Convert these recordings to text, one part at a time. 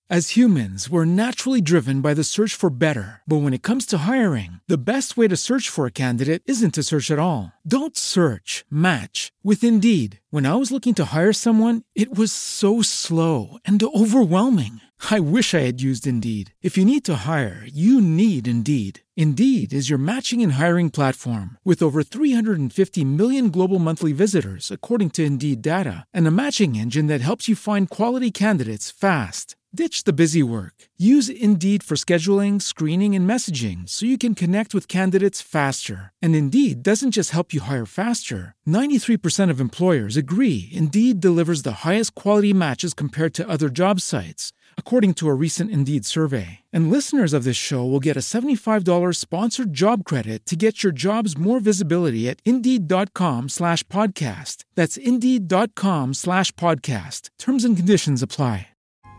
As humans, we're naturally driven by the search for better. But when it comes to hiring, the best way to search for a candidate isn't to search at all. Don't search, match with Indeed. When I was looking to hire someone, it was so slow and overwhelming. I wish I had used Indeed. If you need to hire, you need Indeed. Indeed is your matching and hiring platform with over 350 million global monthly visitors, according to Indeed data, and a matching engine that helps you find quality candidates fast. Ditch the busy work. Use Indeed for scheduling, screening, and messaging so you can connect with candidates faster. And Indeed doesn't just help you hire faster. 93% of employers agree Indeed delivers the highest quality matches compared to other job sites, according to a recent Indeed survey. And listeners of this show will get a $75 sponsored job credit to get your jobs more visibility at Indeed.com/podcast. That's Indeed.com/podcast. Terms and conditions apply.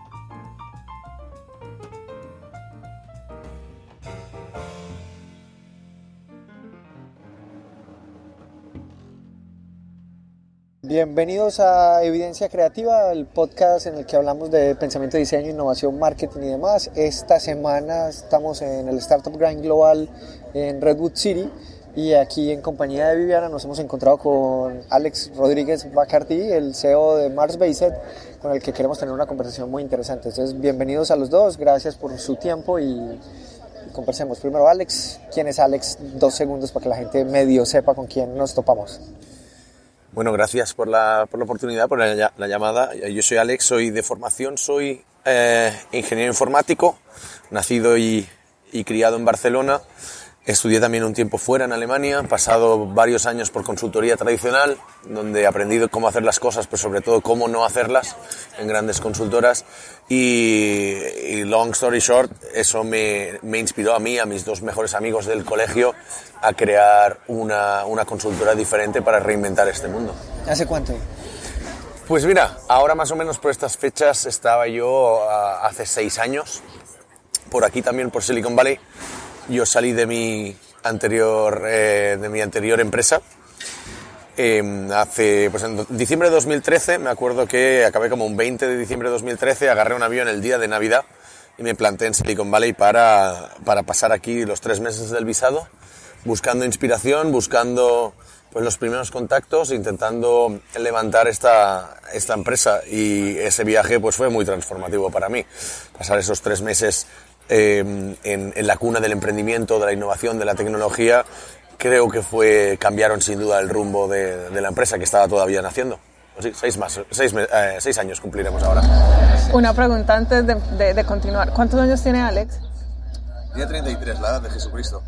Bienvenidos a Evidencia Creativa, el podcast en el que hablamos de pensamiento, diseño, innovación, marketing y demás. Esta semana estamos en el Startup Grind Global en Redwood City y aquí en compañía de Viviana nos hemos encontrado con Alex Rodríguez Bacardi, el CEO de MarsBased, con el que queremos tener una conversación muy interesante. Entonces, bienvenidos a los dos, gracias por su tiempo y conversemos. Primero, Alex, ¿quién es Alex? 2 segundos para que la gente medio sepa con quién nos topamos. Bueno, gracias por la oportunidad, por la llamada. Yo soy Alex, soy de formación, soy ingeniero informático, nacido y criado en Barcelona. Estudié también un tiempo fuera en Alemania, pasado varios años por consultoría tradicional, donde he aprendido cómo hacer las cosas, pero sobre todo cómo no hacerlas en grandes consultoras. Y long story short, eso me inspiró a mí, a mis 2 mejores amigos del colegio, a crear una consultora diferente para reinventar este mundo. ¿Hace cuánto? Pues mira, ahora más o menos por estas fechas estaba yo hace 6 años, por aquí también, por Silicon Valley. Yo salí de mi anterior empresa en diciembre de 2013. Me acuerdo que acabé como un 20 de diciembre de 2013, agarré un avión el día de Navidad y me planté en Silicon Valley para pasar aquí los 3 meses del visado, buscando inspiración, buscando pues los primeros contactos, intentando levantar esta empresa. Y ese viaje pues fue muy transformativo para mí. Pasar esos 3 meses en la cuna del emprendimiento, de la innovación, de la tecnología, creo que cambiaron sin duda el rumbo de la empresa que estaba todavía naciendo. Sí, 6 años cumpliremos ahora. Una pregunta antes de continuar. ¿Cuántos años tiene Alex? Tiene 33, la edad de Jesucristo.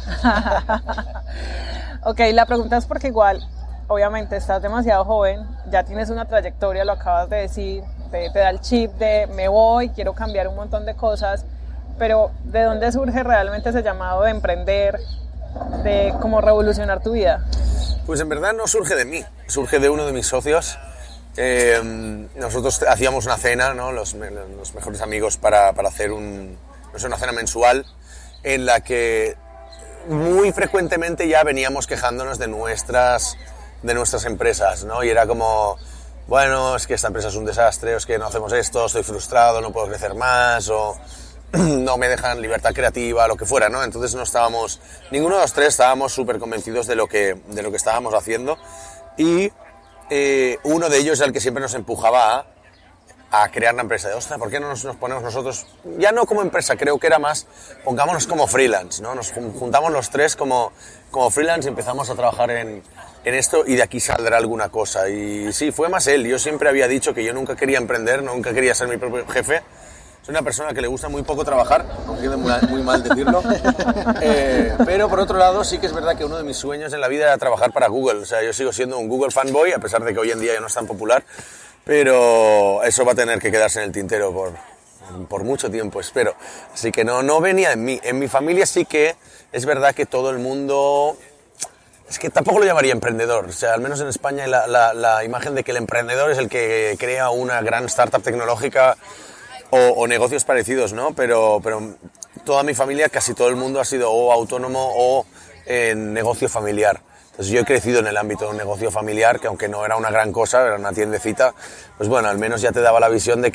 Ok, la pregunta es porque igual, obviamente estás demasiado joven, ya tienes una trayectoria, lo acabas de decir, te da el chip de me voy, quiero cambiar un montón de cosas. Pero ¿de dónde surge realmente ese llamado de emprender, de cómo revolucionar tu vida? Pues en verdad no surge de mí, surge de uno de mis socios. Nosotros hacíamos una cena, ¿no? los mejores amigos para hacer una cena mensual en la que muy frecuentemente ya veníamos quejándonos de nuestras empresas, ¿no? Y era como, bueno, es que esta empresa es un desastre, o es que no hacemos esto, estoy frustrado, no puedo crecer más, o no me dejan libertad creativa, lo que fuera, ¿no? Entonces ninguno de los 3 estábamos súper convencidos de lo que estábamos haciendo, y uno de ellos era el que siempre nos empujaba a crear una empresa. Ostras, ¿por qué no nos ponemos nosotros, ya no como empresa, creo que era más, pongámonos como freelance, ¿no? Nos juntamos los 3 como freelance y empezamos a trabajar en esto, y de aquí saldrá alguna cosa. Y sí, fue más él. Yo siempre había dicho que yo nunca quería emprender, nunca quería ser mi propio jefe. Soy una persona que le gusta muy poco trabajar, aunque quede muy mal decirlo. Pero por otro lado, sí que es verdad que uno de mis sueños en la vida era trabajar para Google. O sea, yo sigo siendo un Google fanboy, a pesar de que hoy en día ya no es tan popular. Pero eso va a tener que quedarse en el tintero por mucho tiempo, espero. Así que no venía en mí. En mi familia sí que es verdad que todo el mundo... Es que tampoco lo llamaría emprendedor. O sea, al menos en España la imagen de que el emprendedor es el que crea una gran startup tecnológica o negocios parecidos, ¿no? Pero toda mi familia, casi todo el mundo ha sido o autónomo o en negocio familiar. Entonces yo he crecido en el ámbito de un negocio familiar que, aunque no era una gran cosa, era una tiendecita, pues bueno, al menos ya te daba la visión de que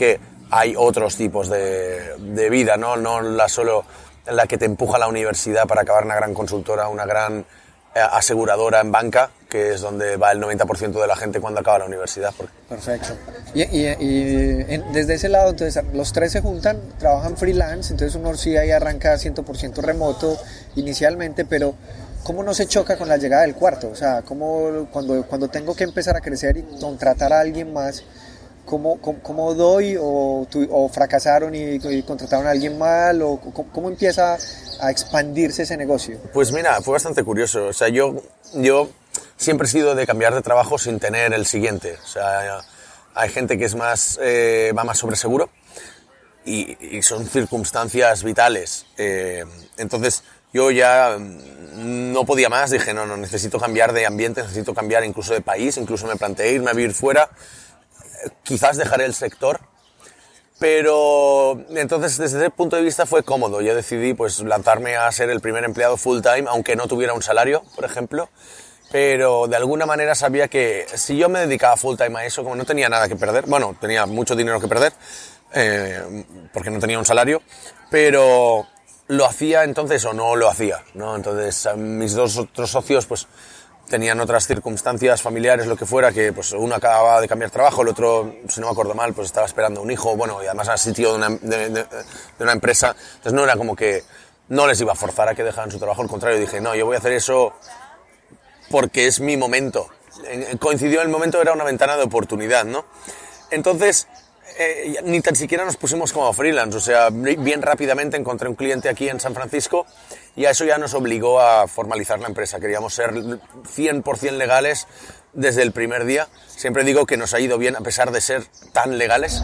hay otros tipos de vida, ¿no? No la solo la que te empuja a la universidad para acabar una gran consultora, una gran aseguradora en banca, que es donde va el 90% de la gente cuando acaba la universidad. Perfecto. Desde ese lado, entonces, los tres se juntan, trabajan freelance, entonces uno sí ahí arranca 100% remoto inicialmente, pero ¿cómo no se choca con la llegada del cuarto? O sea, ¿cómo cuando tengo que empezar a crecer y contratar a alguien más, ¿cómo doy o fracasaron y contrataron a alguien mal? O ¿cómo empieza a expandirse ese negocio? Pues mira, fue bastante curioso. O sea, yo siempre he sido de cambiar de trabajo sin tener el siguiente. O sea, hay gente que es más, va más sobre seguro y son circunstancias vitales. Entonces, yo ya no podía más. Dije, no, necesito cambiar de ambiente, necesito cambiar incluso de país. Incluso me planteé irme a vivir fuera. Quizás dejaré el sector, pero entonces desde ese punto de vista fue cómodo. Yo decidí pues lanzarme a ser el primer empleado full time, aunque no tuviera un salario, por ejemplo, pero de alguna manera sabía que si yo me dedicaba full time a eso, como no tenía nada que perder, bueno, tenía mucho dinero que perder, porque no tenía un salario, pero lo hacía entonces o no lo hacía, ¿no? Entonces mis dos otros socios pues tenían otras circunstancias familiares, lo que fuera, que pues uno acababa de cambiar trabajo, el otro, si no me acuerdo mal, pues estaba esperando un hijo, bueno, y además era sitio de una empresa, entonces no era como que no les iba a forzar a que dejaran su trabajo, al contrario, dije, no, yo voy a hacer eso porque es mi momento. Coincidió el momento, era una ventana de oportunidad, ¿no? Entonces, ni tan siquiera nos pusimos como freelance, o sea, bien rápidamente encontré un cliente aquí en San Francisco y a eso ya nos obligó a formalizar la empresa. Queríamos ser 100% legales desde el primer día. Siempre digo que nos ha ido bien a pesar de ser tan legales,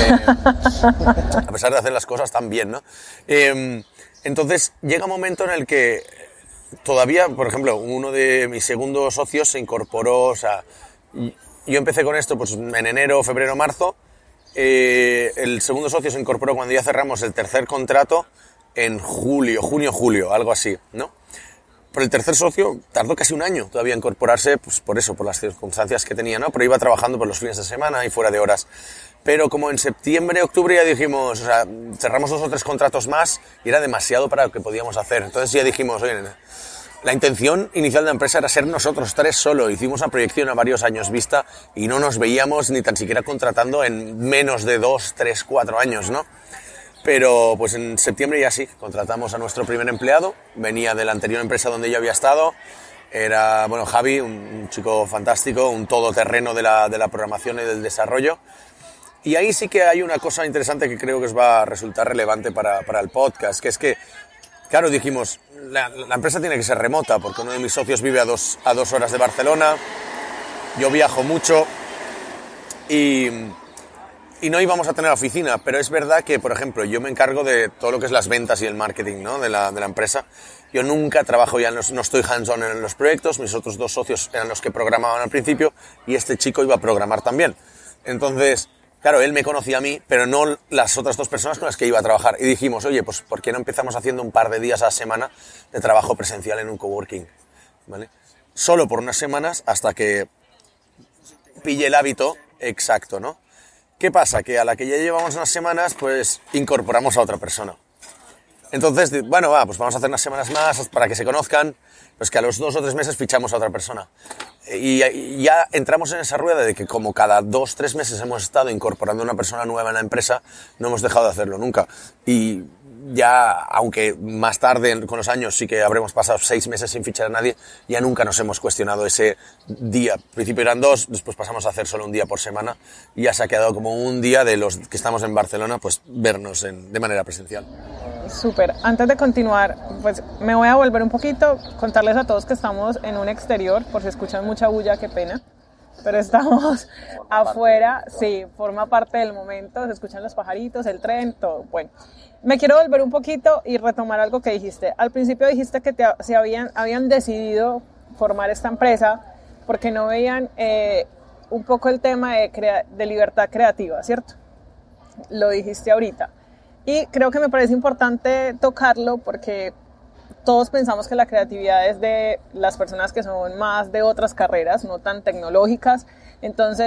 a pesar de hacer las cosas tan bien, ¿no? Entonces llega un momento en el que todavía, por ejemplo, uno de mis segundos socios se incorporó, o sea, yo empecé con esto pues en enero, febrero, marzo. El segundo socio se incorporó cuando ya cerramos el tercer contrato en junio, algo así, ¿no? Pero el tercer socio tardó casi un año todavía en incorporarse, pues por eso, por las circunstancias que tenía, ¿no? Pero iba trabajando por los fines de semana y fuera de horas. Pero como en septiembre, octubre ya dijimos, o sea, cerramos 2 o 3 contratos más y era demasiado para lo que podíamos hacer. Entonces ya dijimos, oye, la intención inicial de la empresa era ser nosotros 3 solo. Hicimos una proyección a varios años vista y no nos veíamos ni tan siquiera contratando en menos de 2, 3, 4 años, ¿no? Pero pues en septiembre ya sí, contratamos a nuestro primer empleado. Venía de la anterior empresa donde yo había estado. Era, bueno, Javi, un chico fantástico, un todoterreno de la programación y del desarrollo. Y ahí sí que hay una cosa interesante que creo que os va a resultar relevante para el podcast, que es que, claro, dijimos, la empresa tiene que ser remota, porque uno de mis socios vive a dos horas de Barcelona, yo viajo mucho y no íbamos a tener oficina, pero es verdad que, por ejemplo, yo me encargo de todo lo que es las ventas y el marketing, ¿no? de la empresa. Yo nunca trabajo, ya no estoy hands-on en los proyectos, mis otros 2 socios eran los que programaban al principio y este chico iba a programar también. Entonces, claro, él me conocía a mí, pero no las otras 2 personas con las que iba a trabajar. Y dijimos, oye, pues ¿por qué no empezamos haciendo un par de días a la semana de trabajo presencial en un coworking? ¿Vale? Solo por unas semanas hasta que pille el hábito exacto, ¿no? ¿Qué pasa? Que a la que ya llevamos unas semanas, pues incorporamos a otra persona. Entonces, bueno, pues vamos a hacer unas semanas más para que se conozcan, pues que a los 2 o 3 meses fichamos a otra persona. Y ya entramos en esa rueda de que como cada 2 o 3 meses hemos estado incorporando a una persona nueva en la empresa, no hemos dejado de hacerlo nunca. Y ya, aunque más tarde, con los años, sí que habremos pasado 6 meses sin fichar a nadie, ya nunca nos hemos cuestionado ese día. Al principio eran 2, después pasamos a hacer solo un día por semana y ya se ha quedado como un día de los que estamos en Barcelona, pues vernos de manera presencial. Súper. Antes de continuar, pues me voy a volver un poquito, contarles a todos que estamos en un exterior, por si escuchan mucha bulla, qué pena, pero estamos afuera, sí, forma parte del momento, se escuchan los pajaritos, el tren, todo. Bueno, me quiero volver un poquito y retomar algo que dijiste. Al principio dijiste que habían decidido formar esta empresa porque no veían un poco el tema de libertad creativa, ¿cierto? Lo dijiste ahorita. Y creo que me parece importante tocarlo porque todos pensamos que la creatividad es de las personas que son más de otras carreras, no tan tecnológicas. Entonces,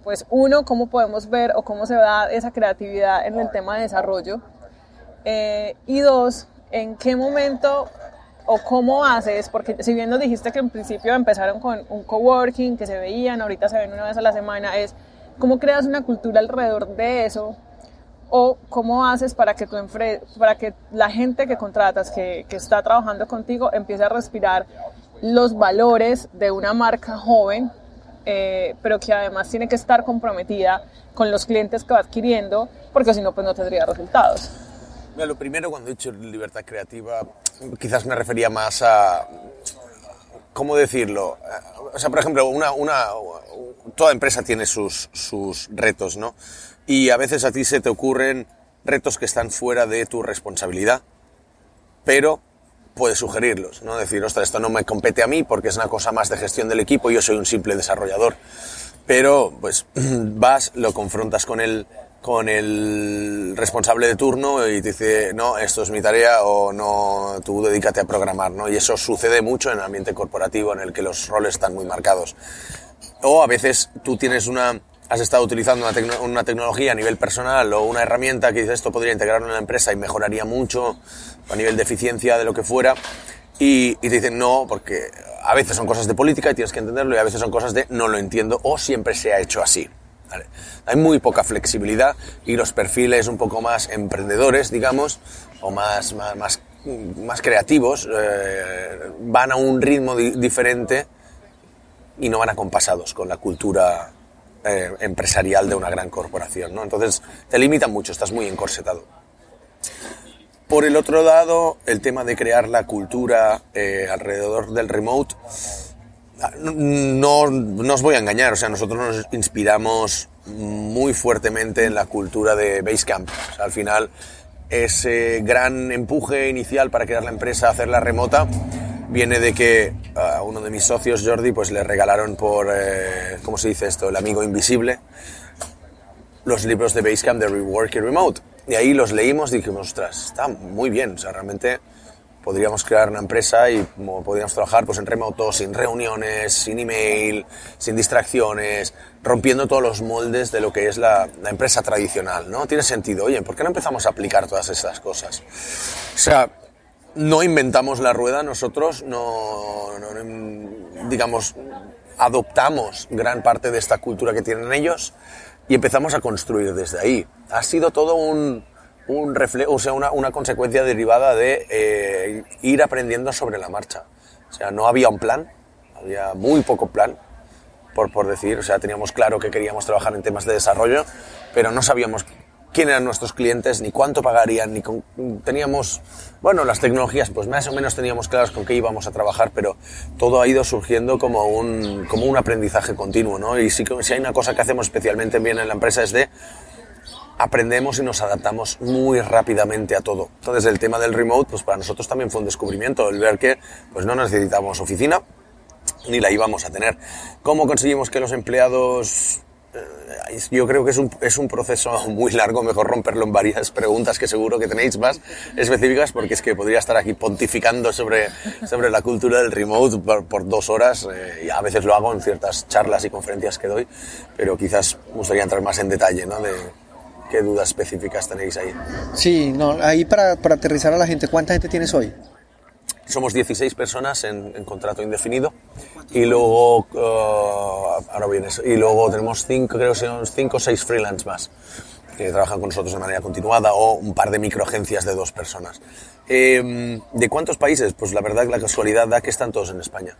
pues uno, cómo podemos ver o cómo se da esa creatividad en el tema de desarrollo, y dos, en qué momento o cómo haces, porque si bien nos dijiste que en principio empezaron con un coworking, que se veían, ahorita se ven una vez a la semana, es cómo creas una cultura alrededor de eso, o cómo haces para que para que la gente que contratas, que está trabajando contigo, empiece a respirar los valores de una marca joven, pero que además tiene que estar comprometida con los clientes que va adquiriendo, porque si no, pues no tendría resultados. Mira, lo primero, cuando he dicho libertad creativa, quizás me refería más a, ¿cómo decirlo? O sea, por ejemplo, toda empresa tiene sus retos, ¿no? Y a veces a ti se te ocurren retos que están fuera de tu responsabilidad, pero puedes sugerirlos, ¿no? Decir, ostras, esto no me compete a mí porque es una cosa más de gestión del equipo, yo soy un simple desarrollador. Pero, pues, vas, lo confrontas con el responsable de turno y te dice, no, esto es mi tarea, o no, tú dedícate a programar, ¿no? Y eso sucede mucho en el ambiente corporativo en el que los roles están muy marcados. O a veces tú has estado utilizando una tecnología a nivel personal o una herramienta que dices, esto podría integrarlo en la empresa y mejoraría mucho a nivel de eficiencia, de lo que fuera, y te dicen no, porque a veces son cosas de política y tienes que entenderlo, y a veces son cosas de no lo entiendo o siempre se ha hecho así. ¿Vale? Hay muy poca flexibilidad y los perfiles un poco más emprendedores, digamos, o más creativos, van a un ritmo diferente y no van acompasados con la cultura empresarial de una gran corporación, ¿no? Entonces te limitan mucho, estás muy encorsetado. Por el otro lado, el tema de crear la cultura alrededor del remote, no os voy a engañar, o sea, nosotros nos inspiramos muy fuertemente en la cultura de Basecamp. O sea, al final, ese gran empuje inicial para crear la empresa, hacerla remota, viene de que a uno de mis socios, Jordi, pues le regalaron por, ¿cómo se dice esto?, el amigo invisible, los libros de Basecamp de Rework y Remote. Y ahí los leímos y dijimos, ostras, está muy bien, o sea, realmente podríamos crear una empresa y podríamos trabajar pues en remoto, sin reuniones, sin email, sin distracciones, rompiendo todos los moldes de lo que es la empresa tradicional, ¿no? Tiene sentido. Oye, ¿por qué no empezamos a aplicar todas esas cosas? O sea, no inventamos la rueda nosotros, digamos, adoptamos gran parte de esta cultura que tienen ellos y empezamos a construir desde ahí. Ha sido todo un reflejo, o sea, una consecuencia derivada de ir aprendiendo sobre la marcha. O sea, no había un plan, había muy poco plan, por decir. O sea, teníamos claro que queríamos trabajar en temas de desarrollo, pero no sabíamos quién eran nuestros clientes, ni cuánto pagarían, teníamos, bueno, las tecnologías, pues más o menos teníamos claras con qué íbamos a trabajar, pero todo ha ido surgiendo como un aprendizaje continuo, ¿no? Y si hay una cosa que hacemos especialmente bien en la empresa es de aprendemos y nos adaptamos muy rápidamente a todo. Entonces el tema del remote, pues para nosotros también fue un descubrimiento, el ver que pues no necesitábamos oficina, ni la íbamos a tener. ¿Cómo conseguimos que los empleados...? Yo creo que es un proceso muy largo, mejor romperlo en varias preguntas que seguro que tenéis más específicas, porque es que podría estar aquí pontificando sobre la cultura del remote por 2 horas, y a veces lo hago en ciertas charlas y conferencias que doy, pero quizás me gustaría entrar más en detalle, ¿no? De qué dudas específicas tenéis ahí. Sí, no, ahí para aterrizar a la gente, ¿cuánta gente tienes hoy? Somos 16 personas en contrato indefinido y luego ahora viene eso, y luego tenemos 5 o 6 freelance más que trabajan con nosotros de manera continuada, o un par de microagencias de 2 personas. ¿De cuántos países? Pues la verdad, la casualidad da que están todos en España.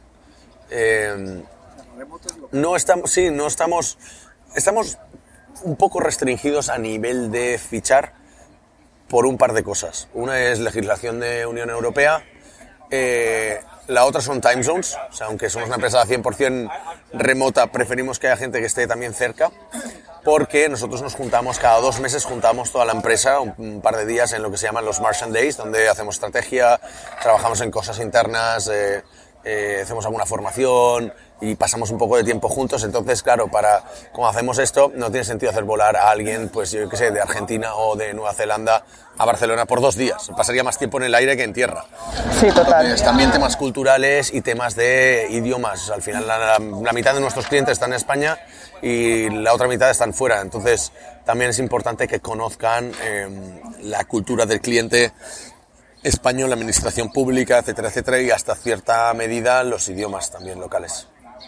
Estamos un poco restringidos a nivel de fichar por un par de cosas. Una es legislación de Unión Europea. La otra son time zones, o sea, aunque somos una empresa 100% remota, preferimos que haya gente que esté también cerca, porque nosotros nos juntamos, cada 2 meses juntamos toda la empresa, un par de días en lo que se llaman los Martian Days, donde hacemos estrategia, trabajamos en cosas internas, hacemos alguna formación y pasamos un poco de tiempo juntos. Entonces, claro, como hacemos esto, no tiene sentido hacer volar a alguien, pues yo qué sé, de Argentina o de Nueva Zelanda a Barcelona por 2 días. Pasaría más tiempo en el aire que en tierra. Sí, total. También temas culturales y temas de idiomas. Al final la mitad de nuestros clientes están en España y la otra mitad están fuera. Entonces también es importante que conozcan la cultura del cliente español, la administración pública, etcétera, etcétera, y hasta cierta medida los idiomas también locales.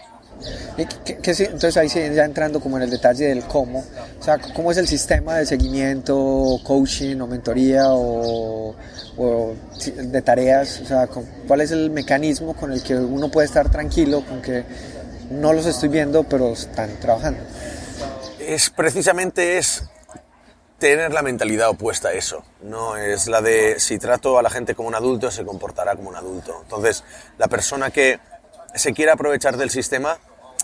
Entonces ahí sí, ya entrando como en el detalle del cómo, o sea, ¿cómo es el sistema de seguimiento, coaching o mentoría o de tareas? O sea, ¿cuál es el mecanismo con el que uno puede estar tranquilo con que no los estoy viendo pero están trabajando? Precisamente tener la mentalidad opuesta a eso, ¿no? Es la de, si trato a la gente como un adulto, se comportará como un adulto. Entonces, la persona que se quiera aprovechar del sistema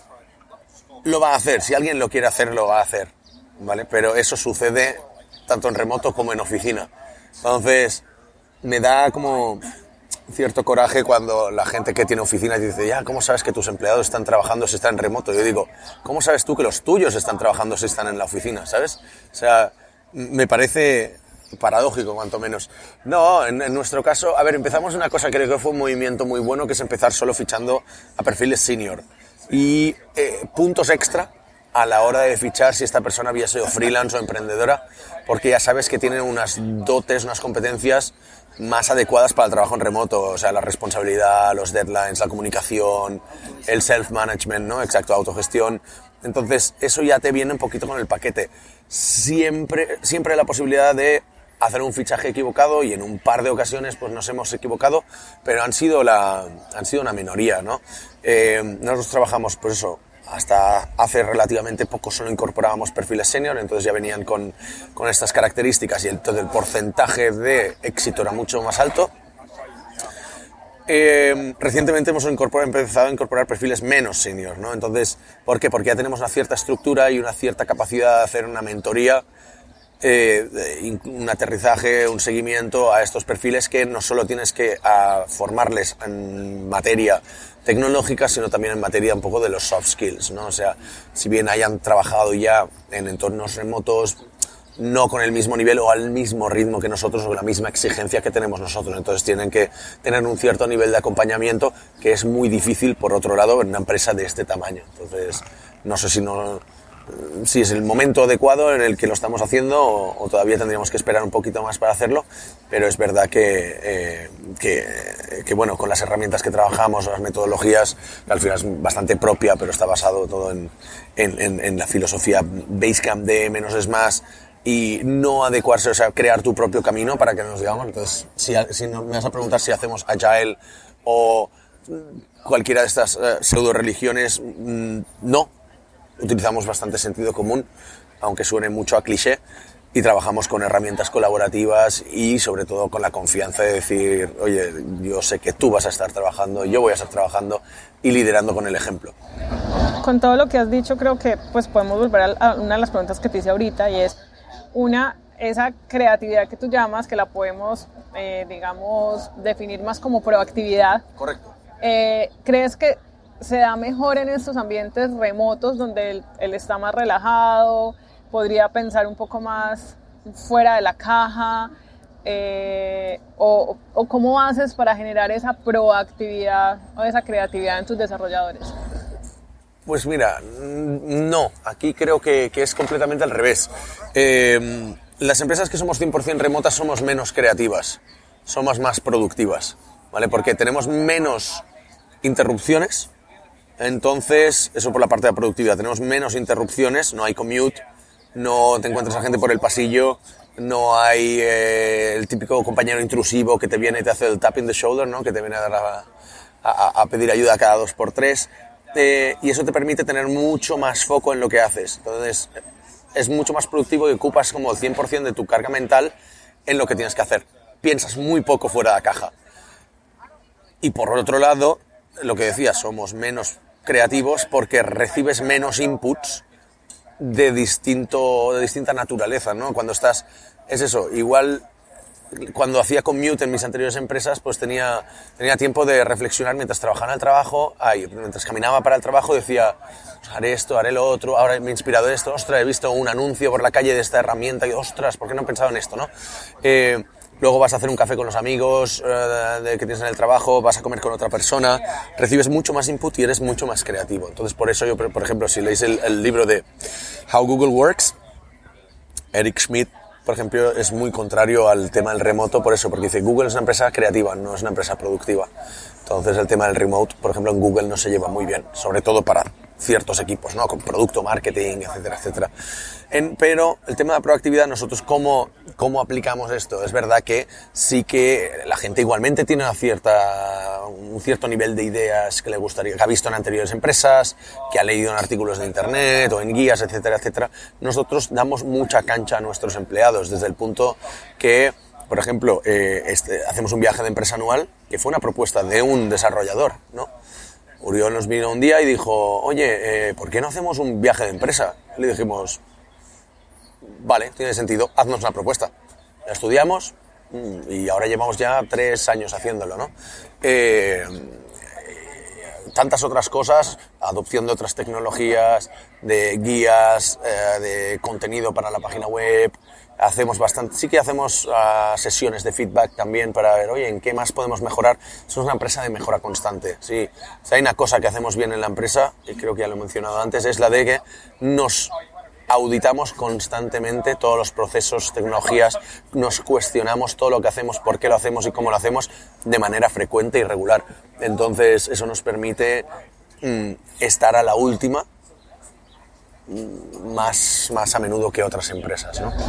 lo va a hacer. Si alguien lo quiere hacer, lo va a hacer, ¿vale? Pero eso sucede tanto en remoto como en oficina. Entonces, me da como cierto coraje cuando la gente que tiene oficina dice, ya, ¿cómo sabes que tus empleados están trabajando si están en remoto? Yo digo, ¿cómo sabes tú que los tuyos están trabajando si están en la oficina? ¿Sabes? O sea, me parece paradójico, cuanto menos. No, en nuestro caso, a ver, empezamos una cosa que creo que fue un movimiento muy bueno, que es empezar solo fichando a perfiles senior. Y puntos extra a la hora de fichar si esta persona había sido freelance o emprendedora, porque ya sabes que tienen unas dotes, unas competencias más adecuadas para el trabajo en remoto, o sea, la responsabilidad, los deadlines, la comunicación, el self-management, ¿no? Exacto, autogestión. Entonces, eso ya te viene un poquito con el paquete. Siempre hay la posibilidad de hacer un fichaje equivocado y en un par de ocasiones pues nos hemos equivocado, pero han sido una minoría, ¿no? Nosotros trabajamos, pues eso, hasta hace relativamente poco solo incorporábamos perfiles senior, entonces ya venían con estas características y entonces el porcentaje de éxito era mucho más alto. Recientemente hemos empezado a incorporar perfiles menos senior, ¿no? Entonces, ¿por qué? Porque ya tenemos una cierta estructura y una cierta capacidad de hacer una mentoría, un aterrizaje, un seguimiento a estos perfiles que no solo tienes que formarles en materia tecnológica, sino también en materia un poco de los soft skills, ¿no? O sea, si bien hayan trabajado ya en entornos remotos, no con el mismo nivel o al mismo ritmo que nosotros o con la misma exigencia que tenemos nosotros. Entonces tienen que tener un cierto nivel de acompañamiento que es muy difícil, por otro lado, en una empresa de este tamaño. Entonces, no sé si es el momento adecuado en el que lo estamos haciendo o todavía tendríamos que esperar un poquito más para hacerlo, pero es verdad que bueno, con las herramientas que trabajamos, las metodologías, que al final es bastante propia, pero está basado todo en la filosofía Basecamp de menos es más, y no adecuarse, o sea, crear tu propio camino para que nos digamos. Entonces, si me vas a preguntar si hacemos Agile o cualquiera de estas pseudo religiones, no. Utilizamos bastante sentido común, aunque suene mucho a cliché, y trabajamos con herramientas colaborativas y sobre todo con la confianza de decir, oye, yo sé que tú vas a estar trabajando, yo voy a estar trabajando y liderando con el ejemplo. Con todo lo que has dicho, creo que pues podemos volver a una de las preguntas que te hice ahorita, y es esa creatividad que tú llamas, que la podemos, digamos, definir más como proactividad. Correcto. ¿Crees que se da mejor en estos ambientes remotos donde él está más relajado, podría pensar un poco más fuera de la caja? ¿O cómo haces para generar esa proactividad o esa creatividad en tus desarrolladores? Pues mira, no, aquí creo que es completamente al revés. Las empresas que somos 100% remotas somos menos creativas, somos más productivas, ¿vale? Porque tenemos menos interrupciones. Entonces, eso por la parte de la productividad, tenemos menos interrupciones, no hay commute, no te encuentras a gente por el pasillo, no hay el típico compañero intrusivo que te viene y te hace el tap in the shoulder, ¿no? Que te viene a dar a pedir ayuda cada 2x3, y eso te permite tener mucho más foco en lo que haces. Entonces, es mucho más productivo y ocupas como el 100% de tu carga mental en lo que tienes que hacer. Piensas muy poco fuera de la caja. Y por otro lado, lo que decía, somos menos creativos porque recibes menos inputs de distinta naturaleza, ¿no? Cuando estás, es eso, igual cuando hacía commute en mis anteriores empresas, pues tenía tiempo de reflexionar mientras trabajaba en el trabajo, mientras caminaba para el trabajo decía, haré esto, haré lo otro, ahora me he inspirado en esto, ostras, he visto un anuncio por la calle de esta herramienta y ostras, ¿por qué no he pensado en esto, no? Luego vas a hacer un café con los amigos que tienes en el trabajo, vas a comer con otra persona, recibes mucho más input y eres mucho más creativo. Entonces, por eso yo, por ejemplo, si leéis el libro de How Google Works, Eric Schmidt, por ejemplo, es muy contrario al tema del remoto, por eso, porque dice Google es una empresa creativa, no es una empresa productiva. Entonces el tema del remote, por ejemplo, en Google no se lleva muy bien, sobre todo para ciertos equipos, ¿no? Con producto, marketing, etcétera, etcétera. Pero el tema de la proactividad, nosotros ¿cómo aplicamos esto? Es verdad que sí que la gente igualmente tiene un cierto nivel de ideas que le gustaría, que ha visto en anteriores empresas, que ha leído en artículos de internet o en guías, etcétera, etcétera. Nosotros damos mucha cancha a nuestros empleados desde el punto que, por ejemplo, hacemos un viaje de empresa anual que fue una propuesta de un desarrollador, ¿no? Uriol nos vino un día y dijo, oye, ¿por qué no hacemos un viaje de empresa? Le dijimos, vale, tiene sentido, haznos una propuesta. La estudiamos y ahora llevamos ya 3 años haciéndolo, ¿no? Tantas otras cosas, adopción de otras tecnologías, de guías, de contenido para la página web. Sí que hacemos sesiones de feedback también para ver, oye, ¿en qué más podemos mejorar? Somos una empresa de mejora constante. Sí, si hay una cosa que hacemos bien en la empresa, y creo que ya lo he mencionado antes, es la de que nos auditamos constantemente todos los procesos, tecnologías, nos cuestionamos todo lo que hacemos, por qué lo hacemos y cómo lo hacemos de manera frecuente y regular. Entonces, eso nos permite estar a la última más a menudo que otras empresas, ¿no?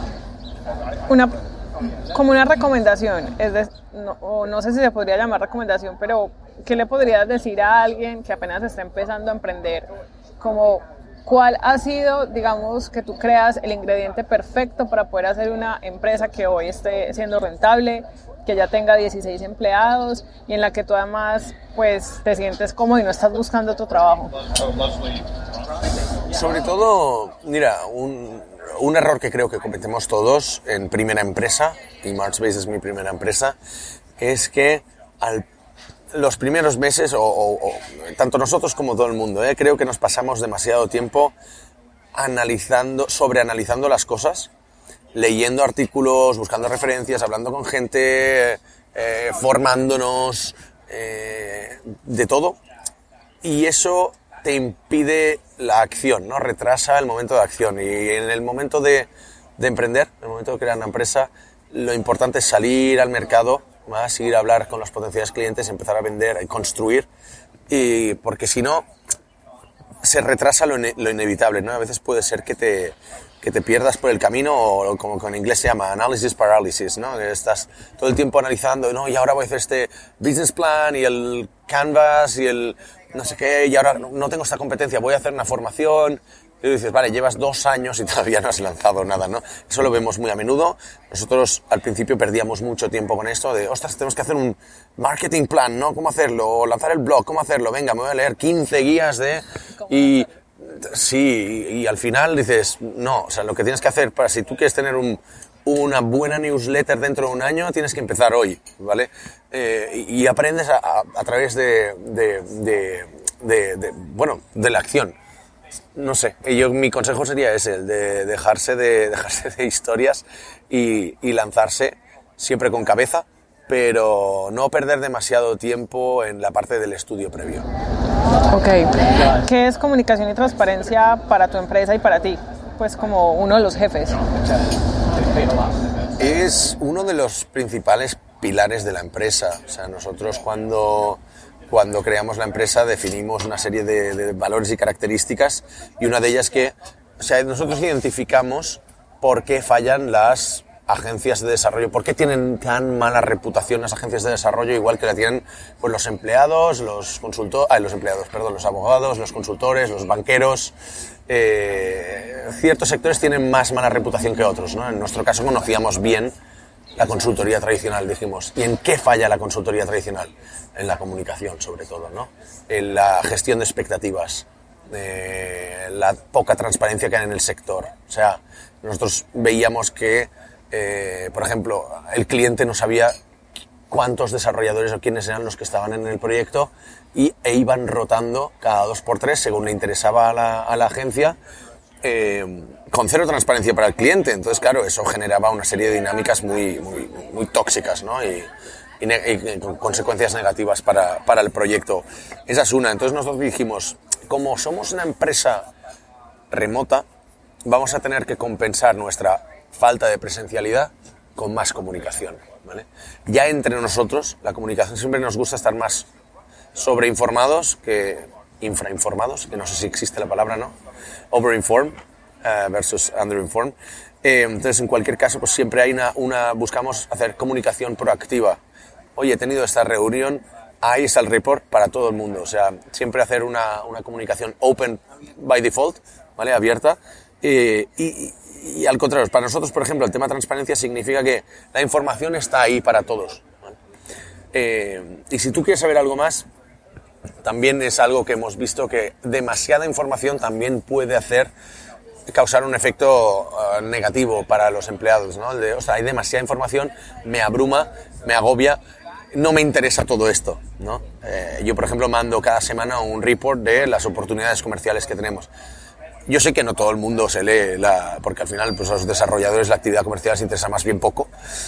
Como una recomendación, no sé si se podría llamar recomendación, pero ¿qué le podrías decir a alguien que apenas está empezando a emprender? Como, ¿cuál ha sido, digamos, que tú creas el ingrediente perfecto para poder hacer una empresa que hoy esté siendo rentable, que ya tenga 16 empleados y en la que tú además pues te sientes cómodo y no estás buscando otro trabajo? Sobre todo, mira, un error que creo que cometemos todos en primera empresa, y Marchbase es mi primera empresa, es que los primeros meses, o tanto nosotros como todo el mundo, creo que nos pasamos demasiado tiempo sobreanalizando las cosas, leyendo artículos, buscando referencias, hablando con gente, formándonos, de todo, y eso te impide la acción, ¿no? Retrasa el momento de acción. Y en el momento de emprender, en el momento de crear una empresa, lo importante es salir al mercado, ir a hablar con los potenciales clientes, empezar a vender, construir, y porque si no, se retrasa lo inevitable, ¿no? A veces puede ser que te pierdas por el camino, o como en inglés se llama analysis paralysis, ¿no? Estás todo el tiempo analizando, ¿no? Y ahora voy a hacer este business plan y el canvas y el no sé qué, y ahora no tengo esta competencia, voy a hacer una formación. Y dices, vale, llevas 2 años y todavía no has lanzado nada, ¿no? Eso lo vemos muy a menudo. Nosotros al principio perdíamos mucho tiempo con esto de, ostras, tenemos que hacer un marketing plan, ¿no? ¿Cómo hacerlo? O lanzar el blog, ¿cómo hacerlo? Venga, me voy a leer 15 guías y sí, y al final dices, no, o sea, lo que tienes que hacer si tú quieres tener una buena newsletter dentro de un año, tienes que empezar hoy, ¿vale? Y aprendes a través de la acción. No sé, mi consejo sería ese, el de dejarse de historias y lanzarse siempre con cabeza, pero no perder demasiado tiempo en la parte del estudio previo. Ok. ¿Qué es comunicación y transparencia para tu empresa y para ti? Pues como uno de los jefes. Es uno de los principales pilares de la empresa. O sea, nosotros cuando creamos la empresa definimos una serie de valores y características, y una de ellas nosotros identificamos por qué fallan las agencias de desarrollo, por qué tienen tan mala reputación las agencias de desarrollo, igual que la tienen pues los empleados, los abogados, los consultores, los banqueros. Ciertos sectores tienen más mala reputación que otros, ¿no? En nuestro caso conocíamos bien la consultoría tradicional, dijimos. ¿Y en qué falla la consultoría tradicional? En la comunicación, sobre todo, ¿no? En la gestión de expectativas, la poca transparencia que hay en el sector. O sea, nosotros veíamos que por ejemplo, el cliente no sabía cuántos desarrolladores o quiénes eran los que estaban en el proyecto e iban rotando cada 2x3 según le interesaba a la agencia, con cero transparencia para el cliente. Entonces, claro, eso generaba una serie de dinámicas muy tóxicas, ¿no? Y con consecuencias negativas para el proyecto. Esa es una. Entonces nosotros dijimos, como somos una empresa remota, vamos a tener que compensar nuestra falta de presencialidad con más comunicación, ¿vale? Ya entre nosotros, la comunicación, siempre nos gusta estar más sobreinformados que infrainformados, que no sé si existe la palabra, ¿no? Overinformed versus underinformed. Entonces, en cualquier caso, pues siempre hay buscamos hacer comunicación proactiva. Oye, he tenido esta reunión, ahí está el report para todo el mundo. O sea, siempre hacer una comunicación open by default, ¿vale? Abierta. Y al contrario, para nosotros, por ejemplo, el tema transparencia significa que la información está ahí para todos, ¿vale? Y si tú quieres saber algo más, también es algo que hemos visto que demasiada información también puede causar un efecto negativo para los empleados, ¿no? O sea, hay demasiada información, me abruma, me agobia, no me interesa todo esto, ¿no? Yo, por ejemplo, mando cada semana un report de las oportunidades comerciales que tenemos. Yo sé que no todo el mundo se lee, porque al final pues, a los desarrolladores la actividad comercial les interesa más bien poco.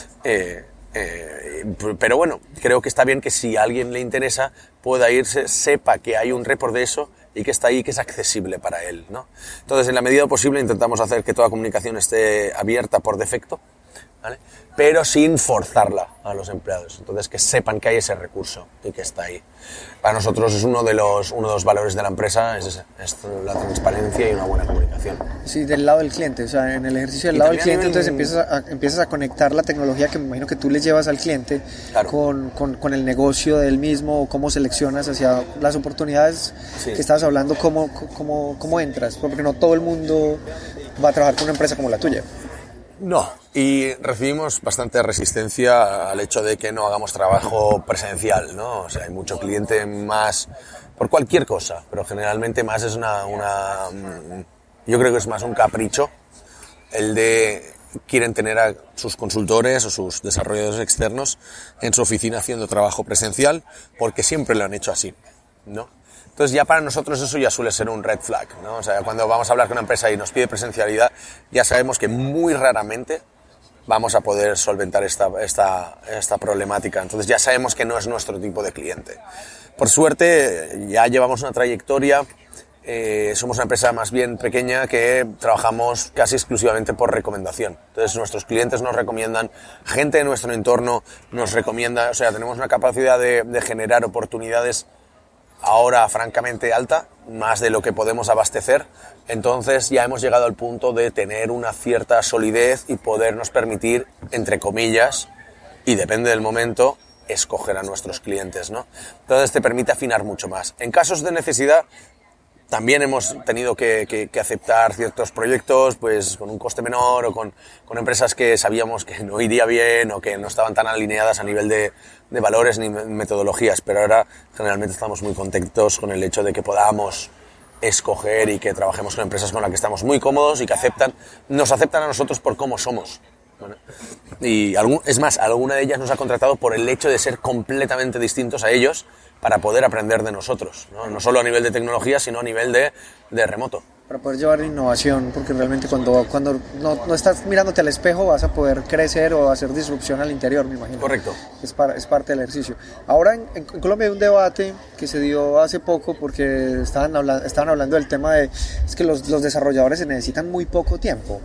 Pero bueno, creo que está bien que si a alguien le interesa pueda irse, sepa que hay un report de eso y que está ahí, que es accesible para él, ¿no? Entonces, en la medida posible intentamos hacer que toda comunicación esté abierta por defecto, ¿vale? Pero sin forzarla a los empleados. Entonces, que sepan que hay ese recurso y que está ahí. Para nosotros es uno de los valores de la empresa, es la transparencia y una buena comunicación. Sí, del lado del cliente, o sea, en el ejercicio del lado del cliente, entonces empiezas a conectar la tecnología que me imagino que tú le llevas al cliente, claro, con el negocio del mismo, cómo seleccionas hacia las oportunidades, sí, que estabas hablando, cómo entras, porque no todo el mundo va a trabajar con una empresa como la tuya. No, y recibimos bastante resistencia al hecho de que no hagamos trabajo presencial, ¿no? O sea, hay mucho cliente más por cualquier cosa, pero generalmente más es yo creo que es más un capricho el de quieren tener a sus consultores o sus desarrolladores externos en su oficina haciendo trabajo presencial porque siempre lo han hecho así, ¿no? Entonces ya para nosotros eso ya suele ser un red flag, ¿no? O sea, cuando vamos a hablar con una empresa y nos pide presencialidad, ya sabemos que muy raramente vamos a poder solventar esta problemática. Entonces ya sabemos que no es nuestro tipo de cliente. Por suerte ya llevamos una trayectoria, somos una empresa más bien pequeña que trabajamos casi exclusivamente por recomendación. Entonces nuestros clientes nos recomiendan, gente de nuestro entorno nos recomienda, o sea, tenemos una capacidad de generar oportunidades ahora francamente alta, más de lo que podemos abastecer. Entonces ya hemos llegado al punto de tener una cierta solidez y podernos permitir, entre comillas, y depende del momento, escoger a nuestros clientes, ¿no? Entonces te permite afinar mucho más. En casos de necesidad también hemos tenido que aceptar ciertos proyectos pues con un coste menor o con empresas que sabíamos que no iría bien o que no estaban tan alineadas a nivel de valores ni metodologías, pero ahora generalmente estamos muy contentos con el hecho de que podamos escoger y que trabajemos con empresas con las que estamos muy cómodos y que nos aceptan a nosotros por cómo somos. ¿Vale? Y es más, alguna de ellas nos ha contratado por el hecho de ser completamente distintos a ellos para poder aprender de nosotros, no solo a nivel de tecnología, sino a nivel de remoto. Para poder llevar innovación, porque realmente cuando no estás mirándote al espejo vas a poder crecer o hacer disrupción al interior, me imagino. Correcto. Es parte del ejercicio. Ahora en Colombia hay un debate que se dio hace poco porque estaban hablando del tema de es que los desarrolladores se necesitan muy poco tiempo.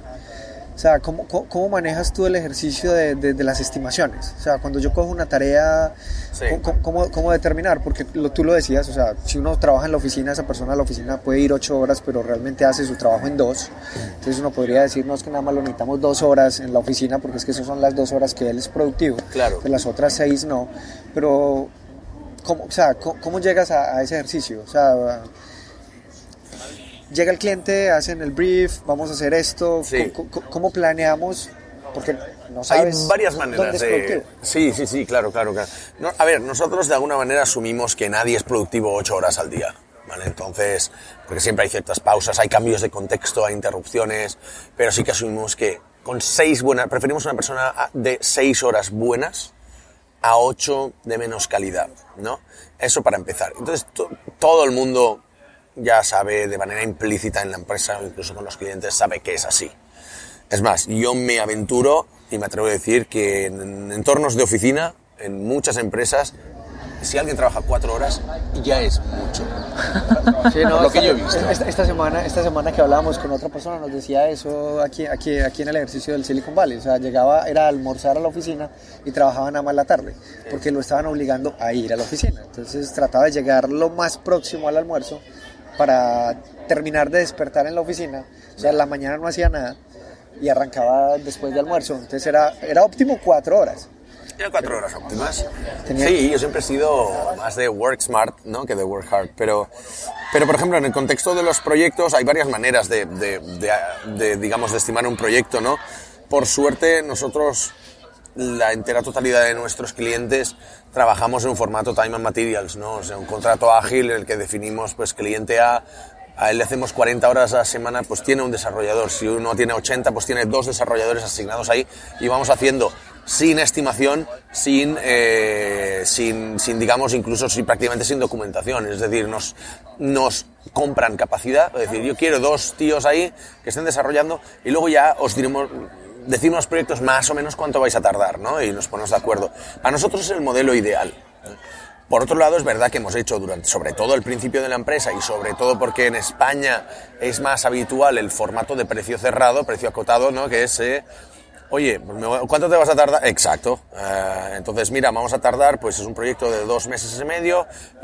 O sea, ¿cómo manejas tú el ejercicio de las estimaciones? O sea, cuando yo cojo una tarea, sí, ¿cómo determinar? Porque tú lo decías, o sea, si uno trabaja en la oficina, esa persona a la oficina puede ir 8 horas, pero realmente hace su trabajo en 2. Entonces uno podría decir, no, es que nada más lo necesitamos 2 horas en la oficina, porque es que esas son las 2 horas que él es productivo. Claro. De las otras 6 no. Pero, ¿cómo llegas a ese ejercicio? O sea, llega el cliente, hacen el brief, vamos a hacer esto, sí. ¿Cómo planeamos? Porque no sabes. Hay varias maneras de. Sí, claro. No, a ver, nosotros de alguna manera asumimos que nadie es productivo 8 horas al día, ¿vale? Entonces, porque siempre hay ciertas pausas, hay cambios de contexto, hay interrupciones, pero sí que asumimos que con 6 buenas, preferimos una persona de 6 horas buenas a 8 de menos calidad, ¿no? Eso para empezar. Entonces, todo el mundo ya sabe de manera implícita en la empresa, o incluso con los clientes, sabe que es así. Es más, yo me aventuro y me atrevo a decir que en entornos de oficina, en muchas empresas, si alguien trabaja 4 horas, ya es mucho. Sí, no, lo que yo he visto. Esta semana que hablábamos con otra persona nos decía eso aquí en el ejercicio del Silicon Valley. O sea, era a almorzar a la oficina y trabajaba nada más la tarde, porque lo estaban obligando a ir a la oficina. Entonces trataba de llegar lo más próximo al almuerzo para terminar de despertar en la oficina. O sea, en la mañana no hacía nada y arrancaba después de almuerzo. Entonces era óptimo 4 horas. Tiene 4 horas óptimas. Sí, yo siempre he sido más de work smart, ¿no?, que de work hard. Pero, por ejemplo, en el contexto de los proyectos hay varias maneras digamos, de estimar un proyecto, ¿no? Por suerte, nosotros, la entera totalidad de nuestros clientes, trabajamos en un formato time and materials, ¿no? O sea, un contrato ágil en el que definimos, pues, cliente A él le hacemos 40 horas a la semana, pues tiene un desarrollador. Si uno tiene 80, pues tiene 2 desarrolladores asignados ahí y vamos haciendo sin estimación, sin digamos, incluso prácticamente sin documentación. Es decir, nos compran capacidad, es decir, yo quiero 2 tíos ahí que estén desarrollando y luego ya os decimos los proyectos más o menos cuánto vais a tardar, ¿no? Y nos ponemos de acuerdo. Para nosotros es el modelo ideal. Por otro lado, es verdad que hemos hecho sobre todo el principio de la empresa y sobre todo porque en España es más habitual el formato de precio cerrado, precio acotado, ¿no? Que es, oye, ¿cuánto te vas a tardar? Exacto. Entonces, mira, vamos a tardar, pues es un proyecto de 2 meses y medio y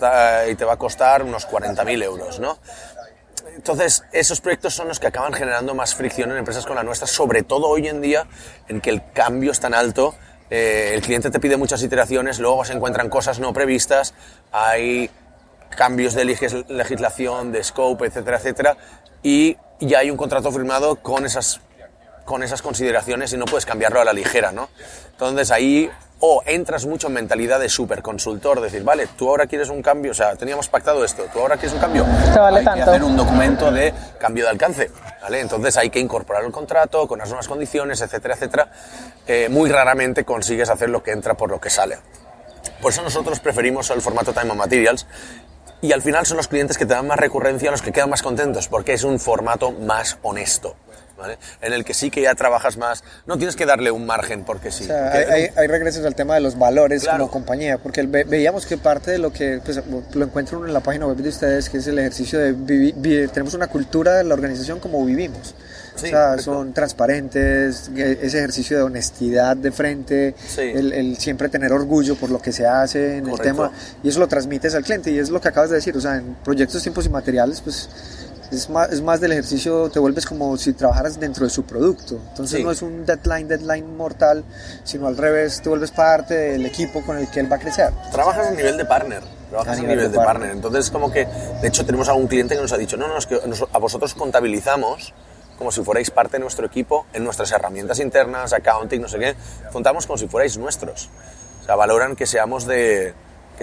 y te va a costar unos 40.000 euros, ¿no? Entonces, esos proyectos son los que acaban generando más fricción en empresas como la nuestra, sobre todo hoy en día, en que el cambio es tan alto. El cliente te pide muchas iteraciones, luego se encuentran cosas no previstas, hay cambios de legislación, de scope, etcétera, etcétera, y ya hay un contrato firmado con esas consideraciones y no puedes cambiarlo a la ligera, ¿no? Entonces ahí entras mucho en mentalidad de superconsultor, decir, vale, tú ahora quieres un cambio, o sea, teníamos pactado esto, tú ahora quieres un cambio, hay que hacer un documento de cambio de alcance, ¿vale? Entonces hay que incorporar el contrato con las nuevas condiciones, etcétera, etcétera. Muy raramente consigues hacer lo que entra por lo que sale. Por eso nosotros preferimos el formato Time and Materials y al final son los clientes que te dan más recurrencia los que quedan más contentos porque es un formato más honesto, ¿vale? En el que sí que ya trabajas más, no tienes que darle un margen porque sí. O sea, hay regresos al tema de los valores, claro, como compañía, porque veíamos que parte de lo que pues, lo encuentro uno en la página web de ustedes, que es el ejercicio de vivir, tenemos una cultura de la organización como vivimos. Sí, o sea, perfecto. Son transparentes, ese ejercicio de honestidad de frente, sí, el siempre tener orgullo por lo que se hace en correcto. El tema, y eso lo transmites al cliente, y es lo que acabas de decir, o sea, en proyectos, tiempos y materiales, pues es más del ejercicio, te vuelves como si trabajaras dentro de su producto, entonces sí, no es un deadline mortal, sino al revés, te vuelves parte del equipo con el que él va a crecer. Trabajas a nivel de partner. Trabajas a nivel de partner. Entonces, como que, de hecho, tenemos algún cliente que nos ha dicho, no, es que a vosotros contabilizamos como si fuerais parte de nuestro equipo en nuestras herramientas internas, accounting, no sé qué, contamos como si fuerais nuestros. O sea, valoran que seamos de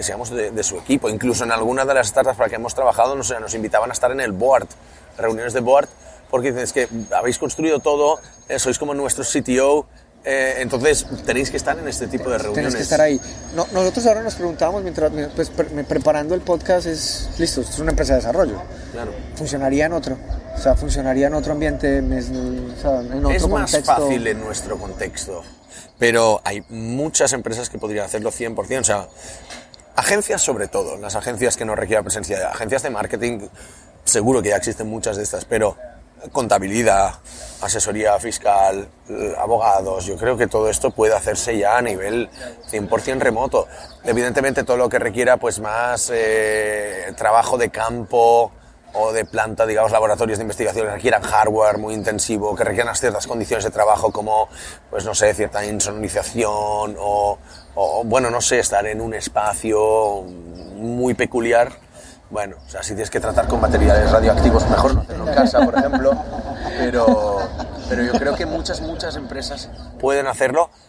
su equipo. Incluso en alguna de las startups para que hemos trabajado, no sé, nos invitaban a estar en el board, reuniones de board, porque dicen, es que habéis construido todo, sois como nuestro CTO, entonces tenéis que estar en este tipo de reuniones. Tenéis que estar ahí. No, nosotros ahora nos preguntábamos, mientras pues, preparando el podcast, listo, esto es una empresa de desarrollo. Claro. ¿Funcionaría en otro? O sea, ¿funcionaría en otro ambiente, en otro es contexto? Es más fácil en nuestro contexto, pero hay muchas empresas que podrían hacerlo 100%, o sea, agencias sobre todo, las agencias que no requieran presencia, agencias de marketing, seguro que ya existen muchas de estas, pero contabilidad, asesoría fiscal, abogados, yo creo que todo esto puede hacerse ya a nivel 100% remoto. Evidentemente todo lo que requiera pues más trabajo de campo o de planta, digamos, laboratorios de investigación que requieran hardware muy intensivo, que requieran ciertas condiciones de trabajo como, pues no sé, cierta insonorización o bueno, no sé, estar en un espacio muy peculiar. Bueno, o sea, si tienes que tratar con materiales radioactivos, mejor no hacerlo en casa, por ejemplo, pero yo creo que muchas empresas pueden hacerlo